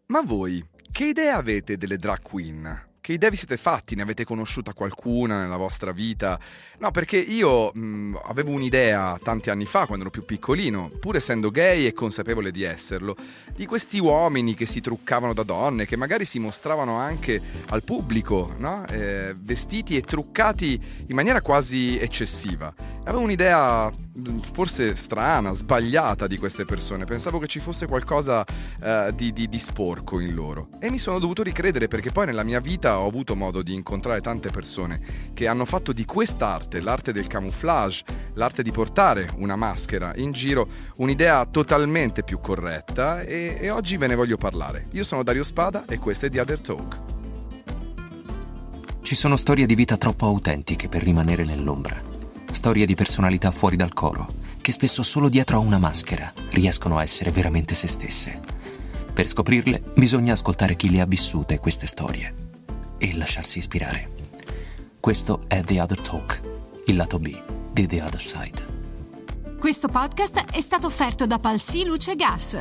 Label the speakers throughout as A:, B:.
A: Ma voi, che idea avete delle drag queen? Che idea vi siete fatti? Ne avete conosciuta qualcuna nella vostra vita? No, perché io avevo un'idea tanti anni fa, quando ero più piccolino, pur essendo gay e consapevole di esserlo, di questi uomini che si truccavano da donne, che magari si mostravano anche al pubblico, no? Vestiti e truccati in maniera quasi eccessiva. Avevo un'idea forse strana, sbagliata di queste persone. Pensavo che ci fosse qualcosa di sporco in loro. E mi sono dovuto ricredere, perché poi nella mia vita ho avuto modo di incontrare tante persone che hanno fatto di quest'arte, l'arte del camouflage, l'arte di portare una maschera in giro, un'idea totalmente più corretta, e oggi ve ne voglio parlare. Io sono Dario Spada e questo è The Other Talk.
B: Ci sono storie di vita troppo autentiche per rimanere nell'ombra. Storie di personalità fuori dal coro, che spesso solo dietro a una maschera riescono a essere veramente se stesse. Per scoprirle bisogna ascoltare chi le ha vissute queste storie e lasciarsi ispirare. Questo è The Other Talk, il lato B di The Other Side.
C: Questo podcast è stato offerto da Palsy Luce Gas.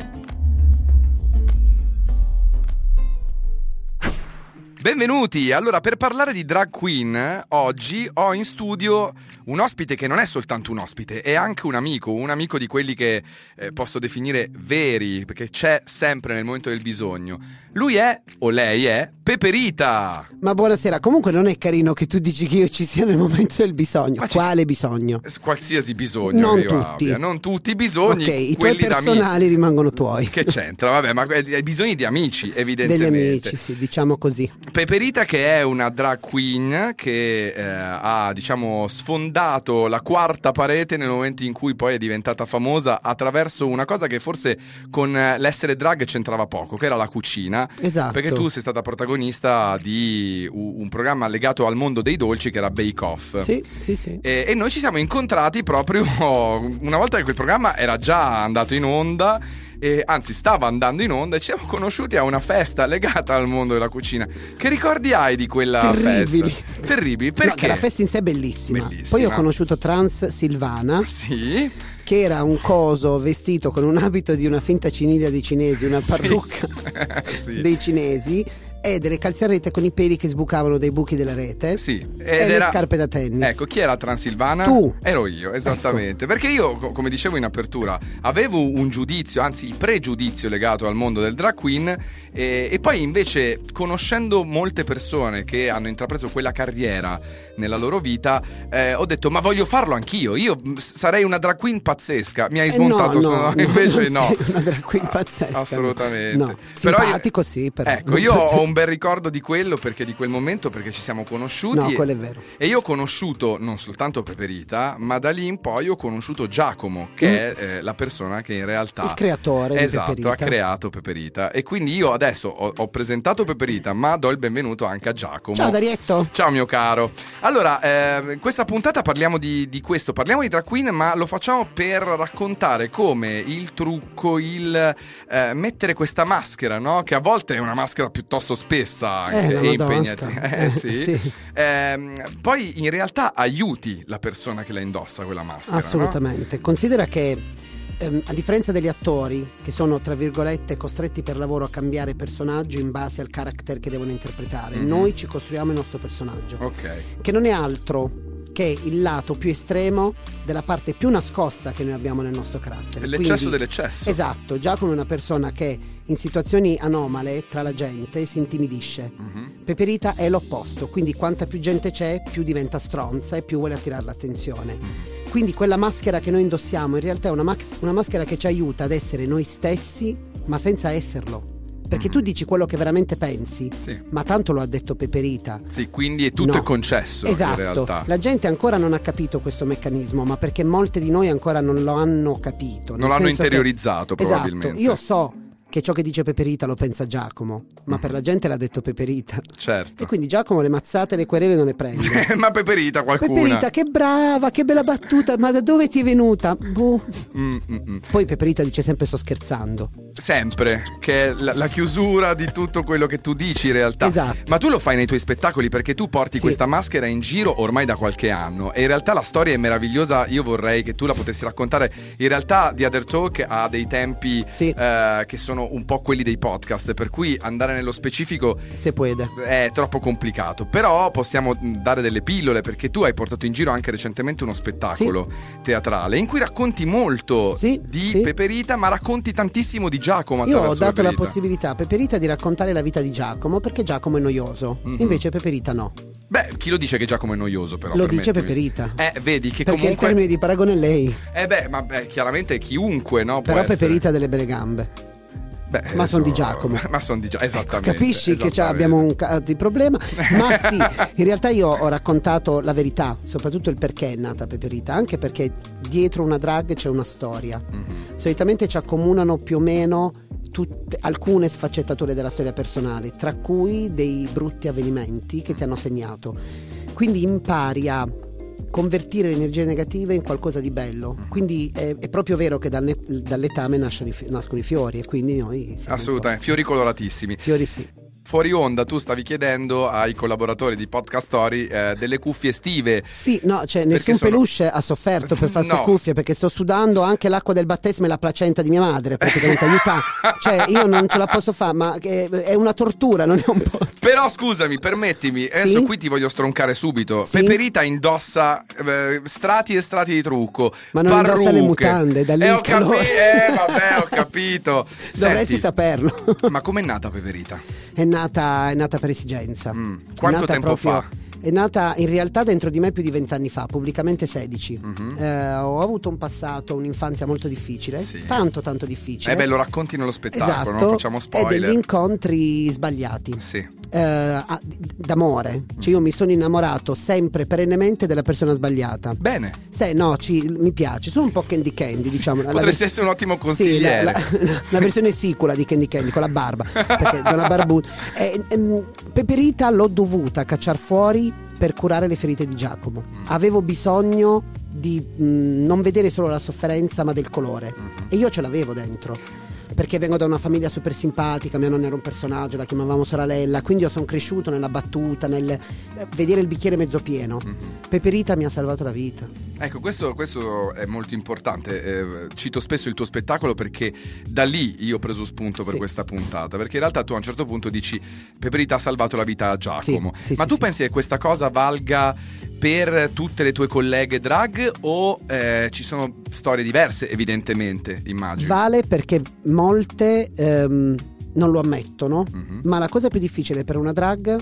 A: Benvenuti! Allora, per parlare di drag queen, oggi ho in studio un ospite che non è soltanto un ospite, è anche un amico di quelli che posso definire veri, perché c'è sempre nel momento del bisogno. Lui è, o lei è, Peperita!
D: Ma buonasera, comunque non è carino che tu dici che io ci sia nel momento del bisogno. Quale bisogno?
A: Qualsiasi bisogno
D: non
A: che io
D: tutti.
A: abbia. Non tutti i bisogni,
D: ok, i
A: quelli
D: tuoi personali rimangono tuoi.
A: Che c'entra? Vabbè, ma i bisogni di amici, evidentemente.
D: Degli amici, sì, diciamo così.
A: Peperita, che è una drag queen che ha, diciamo, sfondato la quarta parete nel momento in cui poi è diventata famosa attraverso una cosa che forse con l'essere drag c'entrava poco, che era la cucina.
D: Esatto.
A: Perché tu sei stata protagonista di un programma legato al mondo dei dolci che era Bake Off.
D: Sì.
A: E noi ci siamo incontrati proprio una volta che quel programma era già andato in onda. Anzi, stava andando in onda, e ci siamo conosciuti a una festa legata al mondo della cucina. Che ricordi hai di quella festa? Terribili, perché?
D: No, la festa in sé è bellissima.
A: Bellissima.
D: Poi ho conosciuto Trans Silvana.
A: Sì.
D: Che era un coso vestito con un abito di una finta ciniglia dei cinesi, una parrucca
A: sì.
D: dei cinesi, e delle calze a rete con i peli che sbucavano dai buchi della rete.
A: Sì.
D: E le scarpe da tennis.
A: Ecco, chi era Transilvana?
D: Tu.
A: Ero io, esattamente.
D: Ecco.
A: Perché io, come dicevo in apertura, avevo un giudizio, anzi il pregiudizio legato al mondo del drag queen, e poi invece, conoscendo molte persone che hanno intrapreso quella carriera nella loro vita, ho detto, ma voglio farlo anch'io. Io sarei una drag queen pazzesca. Mi hai smontato.
D: No,
A: invece no.
D: Sei una drag queen pazzesca.
A: Assolutamente.
D: No. Simpatico, sì, però.
A: Ecco, io ho un bel ricordo di quello, perché di quel momento, perché ci siamo conosciuti.
D: No, quello è vero.
A: E io ho conosciuto non soltanto Peperita, ma da lì in poi ho conosciuto Giacomo, che è la persona che in realtà,
D: il creatore di Peperita.
A: Ha creato Peperita. E quindi io adesso ho presentato Peperita, ma do il benvenuto anche a Giacomo.
D: Ciao Darietto.
A: Ciao mio caro. Allora, in questa puntata parliamo di questo, parliamo di drag queen, ma lo facciamo per raccontare come il trucco, il mettere questa maschera, no? Che a volte è una maschera piuttosto spessa anche, e impegnativa. Sì. Poi in realtà aiuti la persona che la indossa quella maschera.
D: Assolutamente.
A: No?
D: Considera che a differenza degli attori, che sono tra virgolette costretti per lavoro a cambiare personaggio in base al character che devono interpretare, noi ci costruiamo il nostro personaggio, che non è altro che il lato più estremo della parte più nascosta che noi abbiamo nel nostro carattere.
A: L'eccesso dell'eccesso.
D: Esatto. Giacomo è una persona che in situazioni anomale tra la gente si intimidisce. Peperita è l'opposto, quindi quanta più gente c'è, più diventa stronza e più vuole attirare l'attenzione. Quindi quella maschera che noi indossiamo in realtà è una maschera che ci aiuta ad essere noi stessi, ma senza esserlo. Perché tu dici quello che veramente pensi,
A: sì.
D: Ma tanto lo ha detto Peperita.
A: Sì, quindi è tutto è concesso.
D: Esatto.
A: In realtà
D: La gente ancora non ha capito questo meccanismo, ma perché molte di noi ancora non lo hanno capito.
A: Non l'hanno interiorizzato, probabilmente.
D: Esatto. Io so che ciò che dice Peperita lo pensa Giacomo, ma per la gente l'ha detto Peperita.
A: Certo.
D: E quindi Giacomo le mazzate e le querele non le prende.
A: Ma Peperita qualcuna.
D: Peperita, che brava, che bella battuta, ma da dove ti è venuta? Boh. Poi Peperita dice sempre sto scherzando.
A: Sempre, che è la chiusura di tutto quello che tu dici in realtà.
D: Esatto.
A: Ma tu lo fai nei tuoi spettacoli, perché tu porti questa maschera in giro ormai da qualche anno, e in realtà la storia è meravigliosa. Io vorrei che tu la potessi raccontare. In realtà The Other Talk ha dei tempi che sono sono un po' quelli dei podcast, per cui andare nello specifico
D: se puede
A: è troppo complicato. Però possiamo dare delle pillole, perché tu hai portato in giro anche recentemente uno spettacolo teatrale in cui racconti molto di Peperita, ma racconti tantissimo di Giacomo.
D: Io ho dato
A: Peperita.
D: la possibilità a Peperita di raccontare la vita di Giacomo, perché Giacomo è noioso, invece Peperita no.
A: Beh, chi lo dice che Giacomo è noioso, però?
D: Lo dice Peperita.
A: Vedi che
D: perché
A: comunque
D: il termine di paragone è lei.
A: Ma chiaramente chiunque, no?
D: Però
A: può
D: Peperita ha
A: essere...
D: delle belle gambe.
A: Beh,
D: ma sono di Giacomo.
A: Ma sono di Giacomo, esattamente.
D: Capisci che abbiamo un di problema? Ma sì, in realtà io ho raccontato la verità, soprattutto il perché è nata Peperita, anche perché dietro una drag c'è una storia. Solitamente ci accomunano più o meno alcune sfaccettature della storia personale, tra cui dei brutti avvenimenti che ti hanno segnato. Quindi impari a convertire le energie negative in qualcosa di bello. Quindi è proprio vero che dall'etame nascono i fiori, e quindi noi siamo
A: assolutamente fiori coloratissimi.
D: Fiori sì.
A: Fuori onda tu stavi chiedendo ai collaboratori di Podcast Story delle cuffie estive.
D: Sì, no, cioè nessun peluche ha sofferto per fare queste cuffie, perché sto sudando anche l'acqua del battesimo e la placenta di mia madre, praticamente aiuta. Cioè io non ce la posso fare, ma è una tortura, non è un po'.
A: Però scusami, permettimi, adesso qui ti voglio stroncare subito. Peperita indossa strati e strati di trucco.
D: Ma non indossa le mutande, da lì il calore.
A: Vabbè, ho capito.
D: Dovresti saperlo.
A: Ma com'è nata Peperita?
D: È nata per esigenza.
A: Quanto tempo fa?
D: È nata in realtà dentro di me più di 20 anni fa, pubblicamente 16. Ho avuto un passato, un'infanzia molto difficile, tanto difficile.
A: Lo racconti nello spettacolo,
D: esatto,
A: non facciamo spoiler.
D: E degli incontri sbagliati. D'amore. Cioè io mi sono innamorato sempre, perennemente, della persona sbagliata.
A: Bene.
D: Mi piace, sono un po' Candy, diciamo.
A: Potresti essere un ottimo consigliere.
D: La versione sicula di Candy con la barba, perché da una barbuta. Peperita l'ho dovuta cacciar fuori per curare le ferite di Giacomo. Avevo bisogno di non vedere solo la sofferenza, ma del colore. E io ce l'avevo dentro, perché vengo da una famiglia super simpatica, mia nonna era un personaggio, la chiamavamo sorella, quindi io sono cresciuto nella battuta, nel vedere il bicchiere mezzo pieno. Peperita mi ha salvato la vita.
A: Ecco, questo è molto importante. Cito spesso il tuo spettacolo perché da lì io ho preso spunto per questa puntata, perché in realtà tu a un certo punto dici Peperita ha salvato la vita a Giacomo, ma tu pensi che questa cosa valga per tutte le tue colleghe drag o ci sono storie diverse, evidentemente, immagino?
D: Vale, perché molte non lo ammettono, ma la cosa più difficile per una drag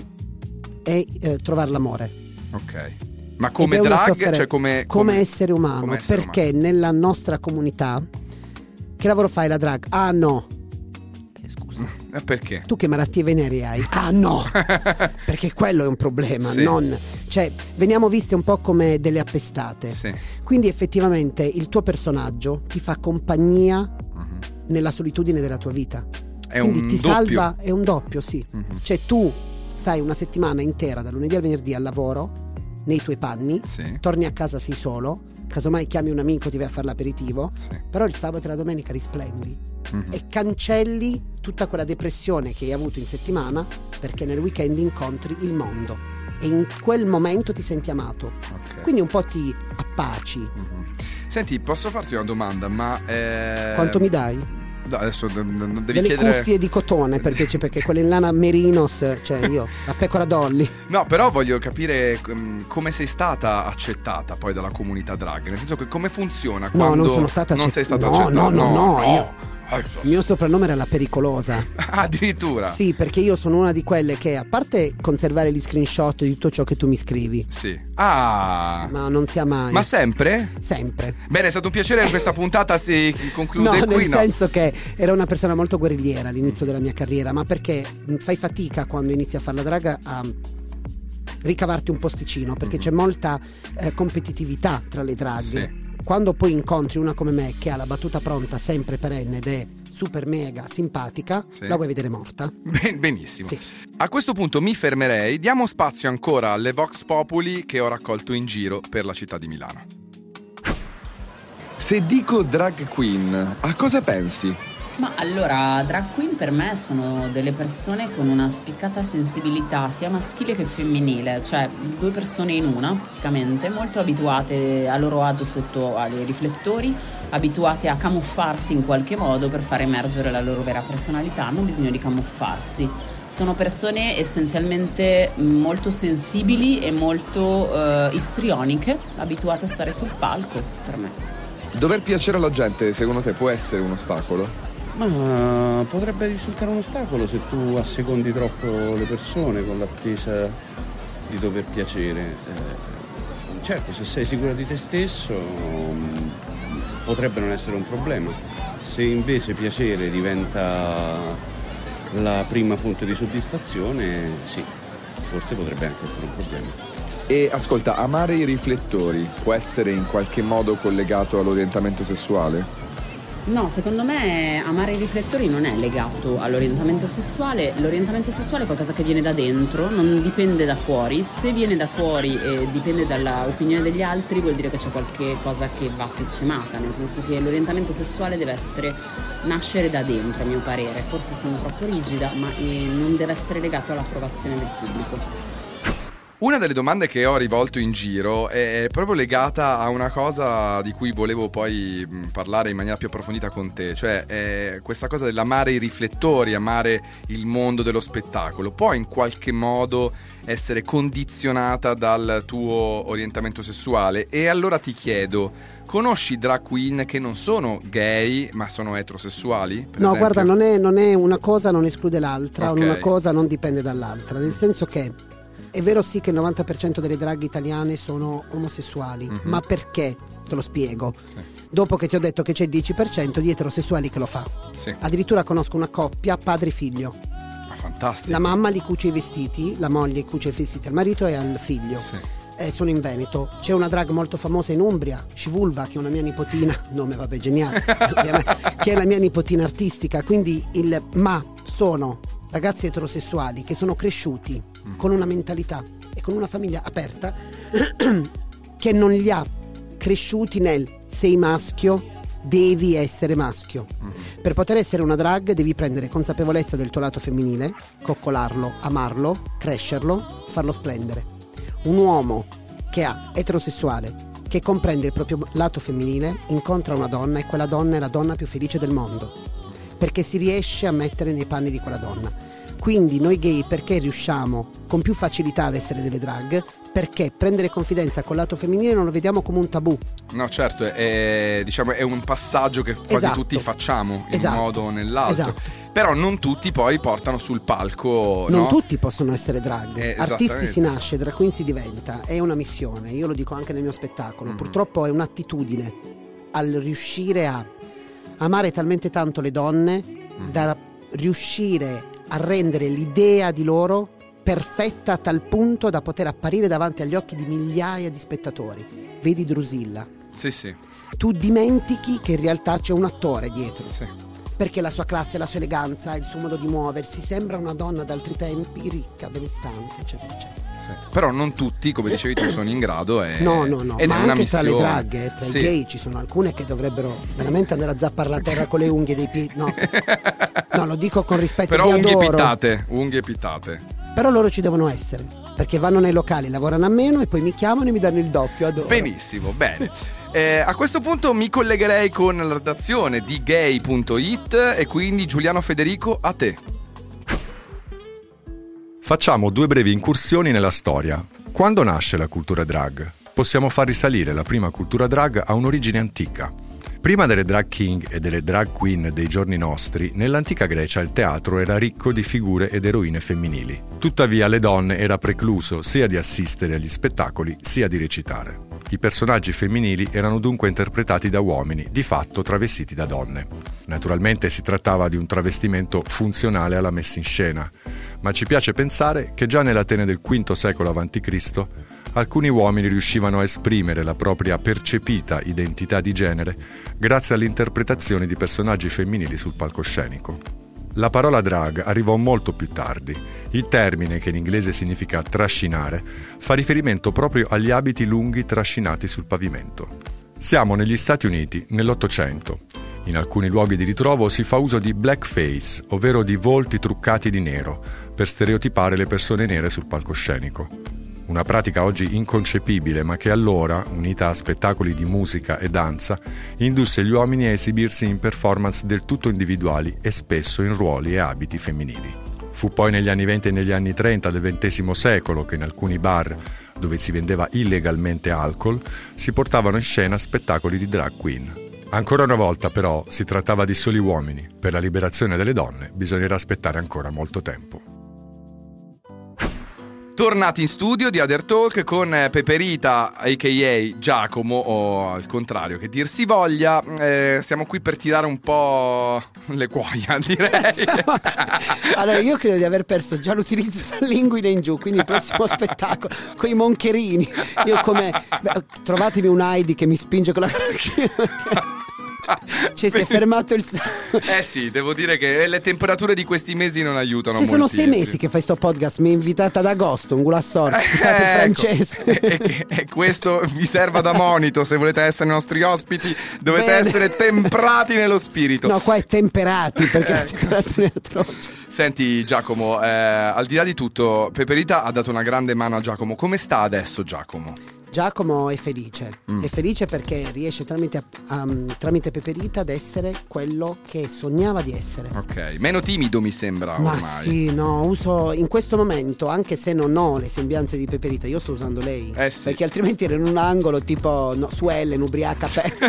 D: è trovare l'amore.
A: Ok. Ma come drag, cioè
D: come essere umano, perché nella nostra comunità che lavoro fai la drag? Ah no. Scusa.
A: Perché?
D: Tu che malattie veneree hai? Ah no. Perché quello è un problema, cioè veniamo viste un po' come delle appestate. Quindi effettivamente il tuo personaggio ti fa compagnia nella solitudine della tua vita. Quindi ti salva, è un doppio, Cioè tu stai una settimana intera, dal lunedì al venerdì, al lavoro, nei tuoi panni, torni a casa, sei solo, casomai chiami un amico, ti vai a fare l'aperitivo, però il sabato e la domenica risplendi e cancelli tutta quella depressione che hai avuto in settimana, perché nel weekend incontri il mondo e in quel momento ti senti amato, quindi un po' ti appaci.
A: Senti, posso farti una domanda? Ma
D: quanto mi dai?
A: Adesso non devi
D: delle
A: chiedere
D: cuffie di cotone, perché quelle in lana merinos, cioè io la pecora Dolly.
A: No, però voglio capire come sei stata accettata poi dalla comunità drag, nel senso che come funziona quando
D: non sono stata
A: non sei stata accettata.
D: No. Il mio soprannome era la pericolosa.
A: Addirittura?
D: Sì, perché io sono una di quelle che, a parte conservare gli screenshot di tutto ciò che tu mi scrivi, ma non sia mai.
A: Ma sempre?
D: Sempre.
A: Bene, è stato un piacere, questa puntata si conclude qui.
D: Nel senso che era una persona molto guerrigliera all'inizio della mia carriera, ma perché fai fatica quando inizi a fare la draga a ricavarti un posticino, perché c'è molta competitività tra le drag. Quando poi incontri una come me che ha la battuta pronta sempre perenne ed è super mega simpatica, la vuoi vedere morta?
A: Benissimo. A questo punto mi fermerei, diamo spazio ancora alle Vox Populi che ho raccolto in giro per la città di Milano. Se dico drag queen, a cosa pensi?
E: Ma allora, drag queen per me sono delle persone con una spiccata sensibilità sia maschile che femminile, cioè due persone in una, praticamente, molto abituate a loro agio sotto ai riflettori, abituate a camuffarsi in qualche modo per far emergere la loro vera personalità, hanno bisogno di camuffarsi. Sono persone essenzialmente molto sensibili e molto istrioniche, abituate a stare sul palco, per me.
F: Dover piacere alla gente, secondo te, può essere un ostacolo?
G: Ma potrebbe risultare un ostacolo se tu assecondi troppo le persone con l'attesa di dover piacere. Certo, se sei sicura di te stesso potrebbe non essere un problema. Se invece piacere diventa la prima fonte di soddisfazione, sì, forse potrebbe anche essere un problema.
F: E ascolta, amare i riflettori può essere in qualche modo collegato all'orientamento sessuale?
E: No, secondo me amare i riflettori non è legato all'orientamento sessuale. L'orientamento sessuale è qualcosa che viene da dentro, non dipende da fuori. Se viene da fuori e dipende dall'opinione degli altri, vuol dire che c'è qualche cosa che va sistemata, nel senso che l'orientamento sessuale deve nascere da dentro, a mio parere. Forse sono troppo rigida, ma non deve essere legato all'approvazione del pubblico.
A: Una delle domande che ho rivolto in giro è proprio legata a una cosa di cui volevo poi parlare in maniera più approfondita con te, cioè questa cosa dell'amare i riflettori, amare il mondo dello spettacolo, può in qualche modo essere condizionata dal tuo orientamento sessuale? E allora ti chiedo, conosci drag queen che non sono gay ma sono eterosessuali? Per esempio?
D: Guarda, non è una cosa non esclude l'altra,
A: Okay.
D: una cosa non dipende dall'altra, nel senso che è vero sì che il 90% delle drag italiane sono omosessuali, ma perché? Te lo spiego.
A: Sì.
D: Dopo che ti ho detto che c'è il 10% di eterosessuali che lo fa.
A: Sì.
D: Addirittura conosco una coppia padre-figlio.
A: Ah, fantastico.
D: La mamma li cuce i vestiti, la moglie cuce i vestiti al marito e al figlio.
A: Sì.
D: Sono in Veneto. C'è una drag molto famosa in Umbria, Scivulva, che è una mia nipotina, nome vabbè geniale, che è la mia nipotina artistica, quindi sono ragazzi eterosessuali che sono cresciuti con una mentalità e con una famiglia aperta che non li ha cresciuti nel sei maschio, devi essere maschio. Per poter essere una drag devi prendere consapevolezza del tuo lato femminile, coccolarlo, amarlo, crescerlo, farlo splendere. Un uomo che è eterosessuale, che comprende il proprio lato femminile, incontra una donna e quella donna è la donna più felice del mondo, perché si riesce a mettere nei panni di quella donna. Quindi noi gay perché riusciamo con più facilità ad essere delle drag? Perché prendere confidenza col lato femminile non lo vediamo come un tabù.
A: No, certo, è un passaggio che quasi
D: Esatto.
A: tutti facciamo in
D: Esatto.
A: un modo o nell'altro.
D: Esatto.
A: Però non tutti poi portano sul palco,
D: Non
A: no?
D: tutti possono essere drag. Artisti
A: Esattamente.
D: si nasce, drag queen si diventa. È una missione, io lo dico anche nel mio spettacolo. Purtroppo è un'attitudine al riuscire a amare talmente tanto le donne da riuscire a rendere l'idea di loro perfetta a tal punto da poter apparire davanti agli occhi di migliaia di spettatori. Vedi Drusilla.
A: Sì.
D: Tu dimentichi che in realtà c'è un attore dietro.
A: Sì.
D: Perché la sua classe, la sua eleganza, il suo modo di muoversi sembra una donna d'altri tempi, ricca, benestante, eccetera, eccetera.
A: Però non tutti, come dicevi tu, sono in grado
D: No,
A: ed
D: ma
A: è una
D: anche tra le
A: missione.
D: drag, tra
A: Sì.
D: i gay ci sono alcune che dovrebbero veramente andare a zappare la terra con le unghie dei piedi. No, lo dico con rispetto,
A: Però
D: vi
A: unghie
D: adoro.
A: pittate.
D: Però loro ci devono essere, perché vanno nei locali, lavorano a meno e poi mi chiamano e mi danno il doppio, adoro.
A: Benissimo, bene. A questo punto mi collegherei con la redazione di gay.it e quindi Giuliano Federico, a te.
H: Facciamo due brevi incursioni nella storia. Quando nasce la cultura drag? Possiamo far risalire la prima cultura drag a un'origine antica. Prima delle drag king e delle drag queen dei giorni nostri, nell'antica Grecia il teatro era ricco di figure ed eroine femminili. Tuttavia alle donne era precluso sia di assistere agli spettacoli sia di recitare. I personaggi femminili erano dunque interpretati da uomini, di fatto travestiti da donne. Naturalmente si trattava di un travestimento funzionale alla messa in scena, ma ci piace pensare che già nell'Atene del V secolo a.C. alcuni uomini riuscivano a esprimere la propria percepita identità di genere grazie all'interpretazione di personaggi femminili sul palcoscenico. La parola drag arrivò molto più tardi. Il termine, che in inglese significa trascinare, fa riferimento proprio agli abiti lunghi trascinati sul pavimento. Siamo negli Stati Uniti, nell'Ottocento. In alcuni luoghi di ritrovo si fa uso di blackface, ovvero di volti truccati di nero, per stereotipare le persone nere sul palcoscenico. una pratica oggi inconcepibile ma che allora, unita a spettacoli di musica e danza, indusse gli uomini a esibirsi in performance del tutto individuali e spesso in ruoli e abiti femminili. Fu poi negli anni 20 e negli anni 30 del XX secolo che in alcuni bar, dove si vendeva illegalmente alcol, si portavano in scena spettacoli di drag queen. Ancora una volta però si trattava di soli uomini. Per la liberazione delle donne bisognerà aspettare ancora molto tempo.
A: Tornati in studio di Other Talk con Peperita a.k.a. Giacomo, o al contrario che dir si voglia. Siamo qui per tirare un po' le cuoia, direi.
D: Allora, io credo di aver perso già l'utilizzo dall'inguine in giù, quindi il prossimo spettacolo con i moncherini, io trovatemi un Heidi che mi spinge con la carocchina. Cioè si è fermato il
A: sì, devo dire che le temperature di questi mesi non aiutano
D: moltissimo.
A: Sono
D: 6 mesi che fai sto podcast. Mi è invitata ad agosto, un gulassor francese.
A: E questo vi serva da monito. Se volete essere i nostri ospiti dovete essere temprati nello spirito.
D: No, qua è temperati, perché la temperatura è atroce.
A: Senti Giacomo, al di là di tutto, Peperita ha dato una grande mano a Giacomo. Come sta adesso Giacomo?
D: Giacomo è felice perché riesce tramite Peperita ad essere quello che sognava di essere.
A: Ok, meno timido mi sembra ormai.
D: Ma sì, no, uso in questo momento, anche se non ho le sembianze di Peperita, io sto usando lei.
A: Sì.
D: Perché altrimenti ero in un angolo tipo su Ellen, ubriaca.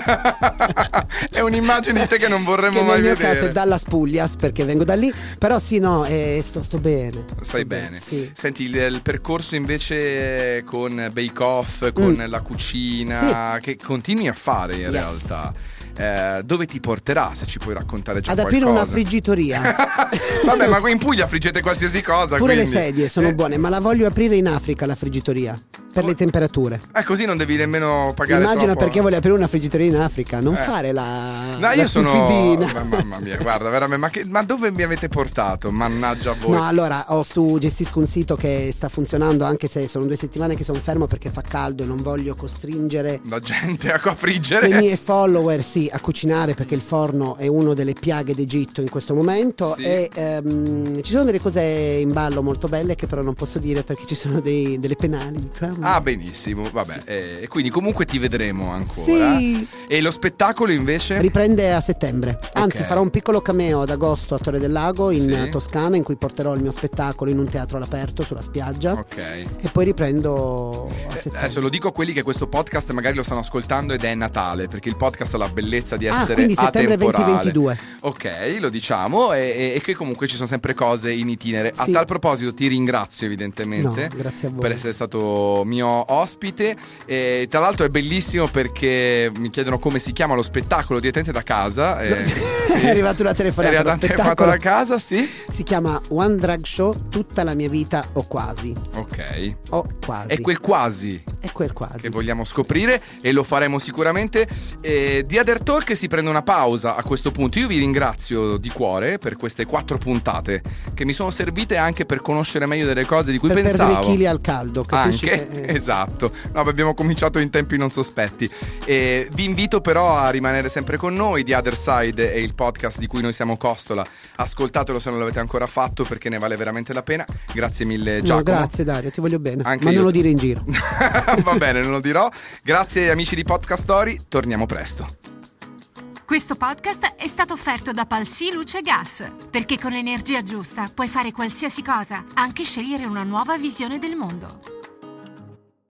A: È un'immagine di te che non vorremmo mai vedere.
D: Nel mio caso è Dallas Puglias, perché vengo da lì. Però sì, no, sto bene.
A: Stai bene.
D: Sì.
A: Senti, il percorso invece con Bake Off, con la cucina, che continui a fare in realtà. Dove ti porterà, se ci puoi raccontare già
D: ad
A: qualcosa?
D: aprire una friggitoria.
A: Vabbè, ma qui in Puglia friggete qualsiasi cosa.
D: Pure
A: quindi
D: le sedie sono buone, ma la voglio aprire in Africa la friggitoria, per le temperature.
A: Così non devi nemmeno pagare
D: Immagina
A: troppo.
D: perché voglio aprire una friggitoria in Africa. Non fare la
A: no, io
D: stupidina.
A: sono mamma mia, guarda, veramente, ma dove mi avete portato? Mannaggia a voi.
D: No, allora gestisco un sito che sta funzionando, anche se sono 2 settimane che sono fermo perché fa caldo e non voglio costringere
A: la gente a friggere.
D: Le mie follower a cucinare, perché il forno è una delle piaghe d'Egitto in questo momento.
A: Sì.
D: E ci sono delle cose in ballo molto belle che però non posso dire perché ci sono delle penali.
A: Benissimo, vabbè. E quindi comunque ti vedremo ancora.
D: Sì.
A: E lo spettacolo invece?
D: Riprende a settembre. Anzi,
A: Okay.
D: farò un piccolo cameo ad agosto a Torre del Lago in Toscana, in cui porterò il mio spettacolo in un teatro all'aperto sulla spiaggia.
A: Ok.
D: E poi riprendo a settembre.
A: Adesso lo dico a quelli che questo podcast magari lo stanno ascoltando ed è Natale, perché il podcast ha la bellezza di essere
D: quindi settembre
A: atemporale.
D: 2022.
A: Ok, lo diciamo, e che comunque ci sono sempre cose in itinere. A tal proposito ti ringrazio evidentemente.
D: No, grazie a voi.
A: Per essere stato mio ospite. E tra l'altro è bellissimo perché mi chiedono come si chiama lo spettacolo direttamente da casa.
D: È arrivata una telefonata.
A: È arrivata una telefonata da casa, sì.
D: Si chiama One Drag Show, tutta la mia vita o quasi.
A: Ok.
D: O quasi.
A: È quel quasi.
D: È quel quasi.
A: Che vogliamo scoprire e lo faremo sicuramente. Di Other Talk si prende una pausa a questo punto. Io vi ringrazio di cuore per queste 4 puntate che mi sono servite anche per conoscere meglio delle cose di cui
D: per
A: pensavo.
D: Per perdere chili al caldo.
A: Anche, esatto. No, abbiamo cominciato in tempi non sospetti. Vi invito però a rimanere sempre con noi. The Other Side è il podcast di cui noi siamo costola. Ascoltatelo se non l'avete ancora fatto, perché ne vale veramente la pena. Grazie mille Giacomo.
D: No, grazie Dario, ti voglio bene.
A: Anche
D: ma
A: io.
D: non lo dire in giro.
A: Va bene, non lo dirò. Grazie amici di Podcast Story, torniamo presto.
C: Questo podcast è stato offerto da Palsy Luce Gas, perché con l'energia giusta puoi fare qualsiasi cosa, anche scegliere una nuova visione del mondo.